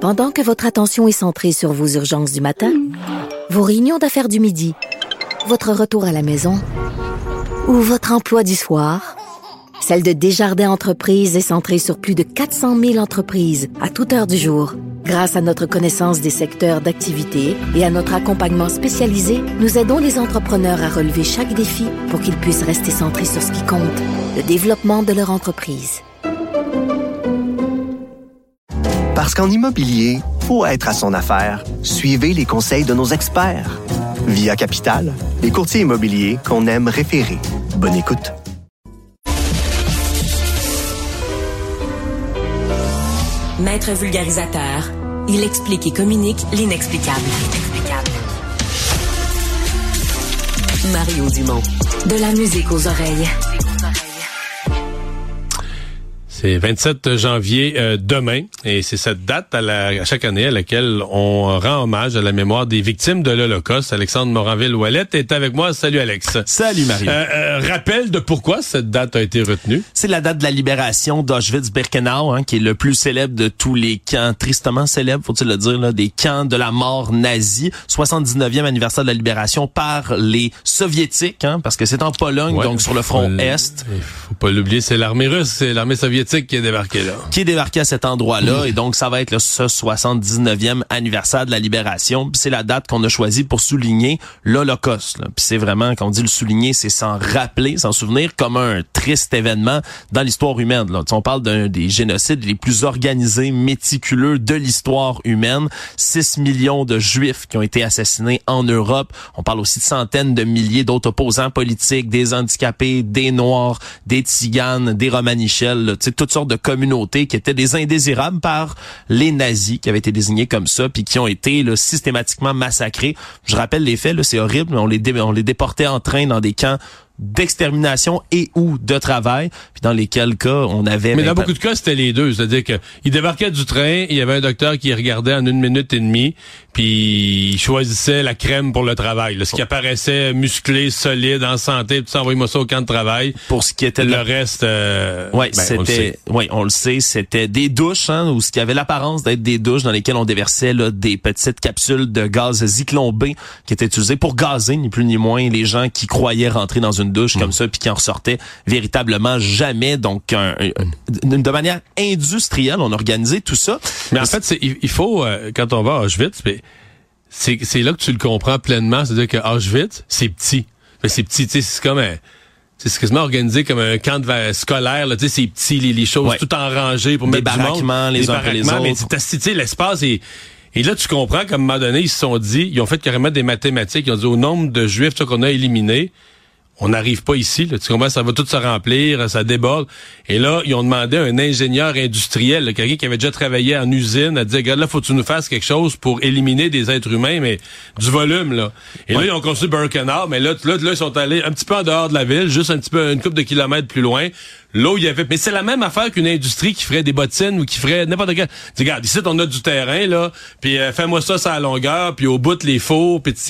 Pendant que votre attention est centrée sur vos urgences du matin, vos réunions d'affaires du midi, votre retour à la maison ou votre emploi du soir, celle de Desjardins Entreprises est centrée sur plus de 400 000 entreprises à toute heure du jour. Grâce à notre connaissance des secteurs d'activité et à notre accompagnement spécialisé, nous aidons les entrepreneurs à relever chaque défi pour qu'ils puissent rester centrés sur ce qui compte, le développement de leur entreprise. Parce qu'en immobilier, faut être à son affaire. Suivez les conseils de nos experts. Via Capital, les courtiers immobiliers qu'on aime référer. Bonne écoute. Maître vulgarisateur, il explique et communique l'inexplicable. Mario Dumont, de la musique aux oreilles. C'est 27 janvier demain, et c'est cette date à chaque année à laquelle on rend hommage à la mémoire des victimes de l'Holocauste. Alexandre Moranville-Ouellette est avec moi. Salut Alex. Salut Mario. Rappel de pourquoi cette date a été retenue. C'est la date de la libération d'Auschwitz-Birkenau, qui est le plus célèbre de tous les camps, tristement célèbre, faut-il le dire, là, des camps de la mort nazie. 79e anniversaire de la libération par les Soviétiques, parce que c'est en Pologne, donc sur le front Est. Il faut pas l'oublier, c'est l'armée russe, c'est l'armée soviétique qui est débarqué là. Qui est débarqué à cet endroit-là, et donc ça va être ce 79e anniversaire de la libération. Puis c'est la date qu'on a choisie pour souligner l'Holocauste. Puis c'est vraiment, quand on dit le souligner, c'est s'en rappeler, s'en souvenir comme un triste événement dans l'histoire humaine. Là. On parle d'un des génocides les plus organisés, méticuleux de l'histoire humaine. 6 millions de Juifs qui ont été assassinés en Europe. On parle aussi de centaines de milliers d'autres opposants politiques, des handicapés, des Noirs, des Tziganes, des Romanichels, toutes sortes de communautés qui étaient des indésirables par les nazis, qui avaient été désignés comme ça, puis qui ont été là, systématiquement massacrés. Je rappelle les faits, là, c'est horrible, mais on les déportait en train dans des camps d'extermination et ou de travail, puis dans lesquels cas on avait... Mais dans beaucoup de cas, c'était les deux. C'est-à-dire que il débarquait du train, il y avait un docteur qui regardait en 1 minute et demie, puis il choisissait la crème pour le travail. Là, ce qui apparaissait musclé, solide, en santé, tout ça, envoyez-moi ça au camp de travail. Pour ce qui était le reste... on le sait, c'était des douches, ou ce qui avait l'apparence d'être des douches dans lesquelles on déversait là, des petites capsules de gaz Zyklon B qui étaient utilisées pour gazer, ni plus ni moins, les gens qui croyaient rentrer dans une douche comme ça, puis qui en ressortait véritablement jamais. Donc, de manière industrielle, on a organisé tout ça. Mais en fait, il faut, quand on va à Auschwitz, c'est là que tu le comprends pleinement. C'est-à-dire que Auschwitz, c'est petit. C'est petit, tu sais, c'est comme c'est quasiment organisé comme un camp scolaire, là, tu sais, c'est petit, les choses tout en rangées pour mettre du monde. Des baraquements, les uns après les autres. Mais tu sais, l'espace est... Et là, tu comprends qu'à un moment donné, ils se sont dit, ils ont fait carrément des mathématiques, ils ont dit au nombre de Juifs qu'on a éliminés, on n'arrive pas ici, là, tu comprends, ça va tout se remplir, ça déborde. Et là, ils ont demandé à un ingénieur industriel, là, quelqu'un qui avait déjà travaillé en usine, à dire, regarde, là, faut que tu nous fasses quelque chose pour éliminer des êtres humains, mais du volume, là. Et là, ils ont construit Birkenau, mais là, ils sont allés un petit peu en dehors de la ville, juste un petit peu, une couple de kilomètres plus loin. Là où il y avait, mais c'est la même affaire qu'une industrie qui ferait des bottines ou qui ferait n'importe quel. Dis, regarde, ici, on a du terrain, là, puis fais-moi ça à la longueur, puis au bout, les fours, puis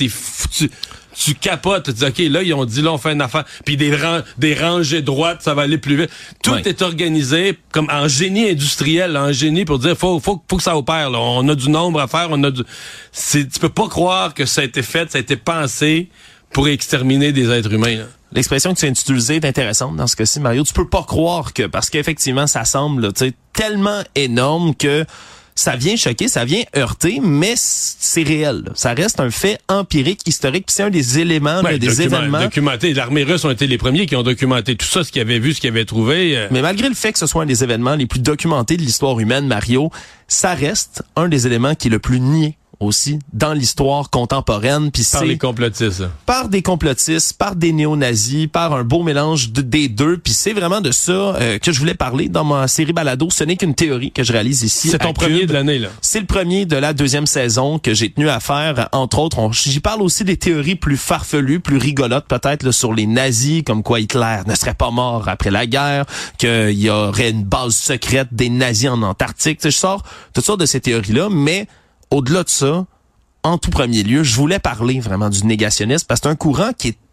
tu capotes, tu dis, OK, là, ils ont dit, là, on fait une affaire, puis des rangées droites, ça va aller plus vite. Tout est organisé comme en génie industriel, en génie pour dire, faut que ça opère, là. On a du nombre à faire, tu peux pas croire que ça a été fait, ça a été pensé pour exterminer des êtres humains, là. L'expression que tu viens d'utiliser est intéressante dans ce cas-ci, Mario. Tu peux pas croire parce qu'effectivement, ça semble, tellement énorme que ça vient choquer, ça vient heurter, mais c'est réel. Là. Ça reste un fait empirique, historique, puis c'est un des éléments, des événements... Documenté. L'armée russe ont été les premiers qui ont documenté tout ça, ce qu'ils avaient vu, ce qu'ils avaient trouvé. Mais malgré le fait que ce soit un des événements les plus documentés de l'histoire humaine, Mario, ça reste un des éléments qui est le plus nié aussi dans l'histoire contemporaine. Puis par les complotistes. Par des complotistes, par des néo-nazis, par un beau mélange des deux. Puis c'est vraiment de ça que je voulais parler dans ma série Balado. Ce n'est qu'une théorie que je réalise ici. C'est ton premier de l'année, là. C'est le premier de la 2e saison que j'ai tenu à faire. Entre autres, j'y parle aussi des théories plus farfelues, plus rigolotes peut-être, là, sur les nazis, comme quoi Hitler ne serait pas mort après la guerre, qu'il y aurait une base secrète des nazis en Antarctique. Je sors toutes sortes de ces théories-là, mais au-delà de ça, en tout premier lieu, je voulais parler vraiment du négationnisme parce que c'est un courant qui est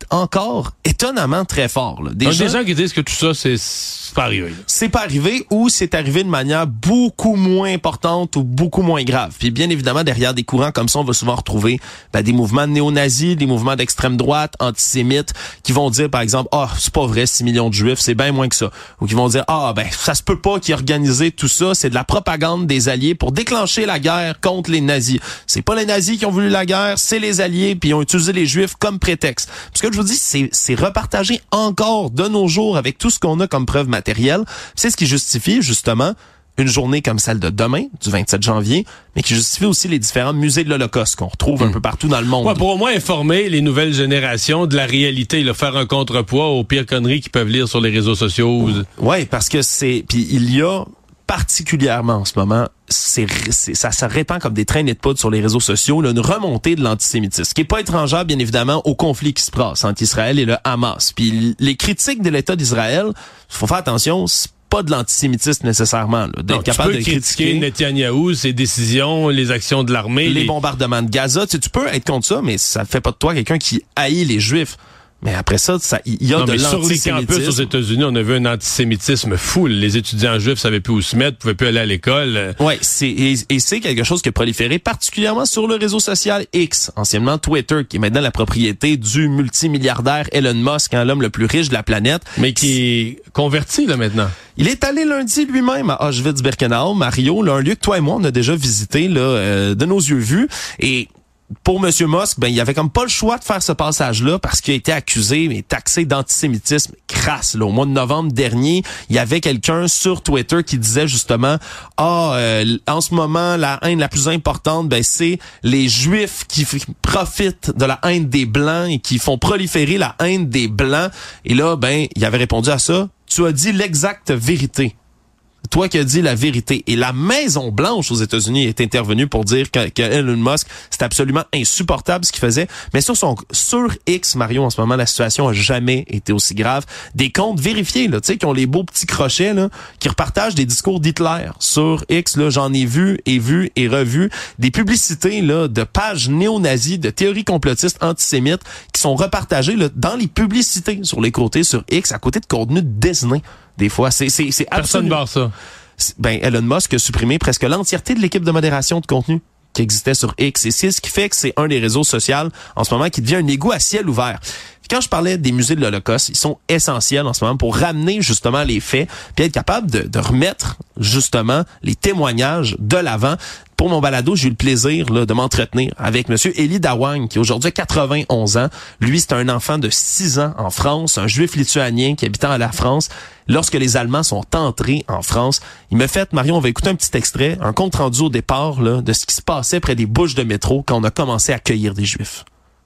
encore étonnamment très fort. Là. Des gens qui disent que tout ça, c'est pas arrivé. Là. C'est pas arrivé ou c'est arrivé de manière beaucoup moins importante ou beaucoup moins grave. Puis bien évidemment, derrière des courants comme ça, on va souvent retrouver des mouvements néo-nazis, des mouvements d'extrême droite, antisémites, qui vont dire, par exemple, c'est pas vrai, 6 millions de Juifs, c'est bien moins que ça. Ou qui vont dire, ça se peut pas qu'ils aient organisé tout ça, c'est de la propagande des Alliés pour déclencher la guerre contre les nazis. C'est pas les nazis qui ont voulu la guerre, c'est les Alliés, puis ils ont utilisé les Juifs comme prétexte. Parce que je vous dis, c'est repartagé encore de nos jours avec tout ce qu'on a comme preuve matérielle. C'est ce qui justifie, justement, une journée comme celle de demain, du 27 janvier, mais qui justifie aussi les différents musées de l'Holocauste qu'on retrouve un peu partout dans le monde. Ouais, pour au moins informer les nouvelles générations de la réalité, faire un contrepoids aux pires conneries qu'ils peuvent lire sur les réseaux sociaux. Ouais, parce que puis il y a particulièrement en ce moment, ça se répand comme des traînées de poudre sur les réseaux sociaux, là, une remontée de l'antisémitisme, ce qui est pas étrangère, bien évidemment, au conflit qui se passe entre Israël et le Hamas. Puis les critiques de l'État d'Israël, faut faire attention, c'est pas de l'antisémitisme nécessairement. Là, d'être capable de critiquer Netanyahou, ses décisions, les actions de l'armée, les bombardements de Gaza. Tu peux être contre ça, mais ça fait pas de toi quelqu'un qui haït les Juifs. Mais après ça, il y a de l'antisémitisme. Sur les campus aux États-Unis, on a vu un antisémitisme fou. Les étudiants juifs savaient plus où se mettre, pouvaient plus aller à l'école. Ouais, c'est quelque chose qui a proliféré particulièrement sur le réseau social X, anciennement Twitter, qui est maintenant la propriété du multimilliardaire Elon Musk, l'homme le plus riche de la planète. Mais qui est converti, là, maintenant. Il est allé lundi lui-même à Auschwitz-Birkenau, Mario, là, un lieu que toi et moi, on a déjà visité, là, de nos yeux vus. Et pour M. Musk, il avait comme pas le choix de faire ce passage-là parce qu'il a été accusé et taxé d'antisémitisme crasse. Là, au mois de novembre dernier, il y avait quelqu'un sur Twitter qui disait justement en ce moment, la haine la plus importante, c'est les Juifs qui profitent de la haine des Blancs et qui font proliférer la haine des Blancs. Et là, il avait répondu à ça. Tu as dit l'exacte vérité. Toi qui as dit la vérité. Et la Maison-Blanche aux États-Unis est intervenue pour dire que Elon Musk, c'est absolument insupportable ce qu'il faisait. Mais sur X, Mario, en ce moment, la situation a jamais été aussi grave. Des comptes vérifiés, là, tu sais, qui ont les beaux petits crochets, là, qui repartagent des discours d'Hitler. Sur X, là, j'en ai vu et revu. Des publicités, là, de pages néo-nazis, de théories complotistes antisémites, qui sont repartagées, là, dans les publicités sur les côtés, sur X, à côté de contenu de Disney. Des fois, c'est personne barre ça. Elon Musk a supprimé presque l'entièreté de l'équipe de modération de contenu qui existait sur X. Et c'est ce qui fait que c'est un des réseaux sociaux en ce moment qui devient un égout à ciel ouvert. Puis quand je parlais des musées de l'Holocauste, ils sont essentiels en ce moment pour ramener justement les faits, puis être capable de remettre justement les témoignages de l'avant. Pour mon balado, j'ai eu le plaisir là, de m'entretenir avec Monsieur Eli Dawang, qui aujourd'hui a 91 ans. Lui, c'est un enfant de 6 ans en France, un juif lituanien qui habitant à la France. Lorsque les Allemands sont entrés en France, il m'a fait, Marion, on va écouter un petit extrait, un compte-rendu au départ là, de ce qui se passait près des bouches de métro quand on a commencé à accueillir des Juifs.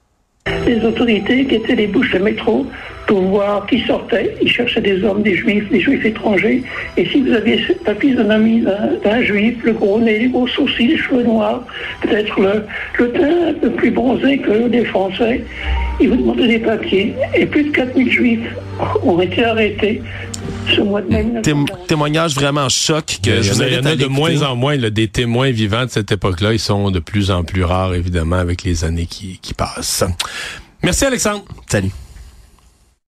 Les autorités qui étaient les bouches de métro pour voir qui sortait. Ils cherchaient des hommes, des juifs étrangers. Et si vous aviez la physionomie d'un juif, le gros nez, les gros sourcils, les cheveux noirs, peut-être le teint un peu plus bronzé que les Français, ils vous demandaient des papiers. Et plus de 4000 juifs ont été arrêtés ce mois de mai. Témoignage vraiment choc que il y en a de moins en moins là, des témoins vivants de cette époque-là. Ils sont de plus en plus rares, évidemment, avec les années qui passent. Merci, Alexandre. Salut.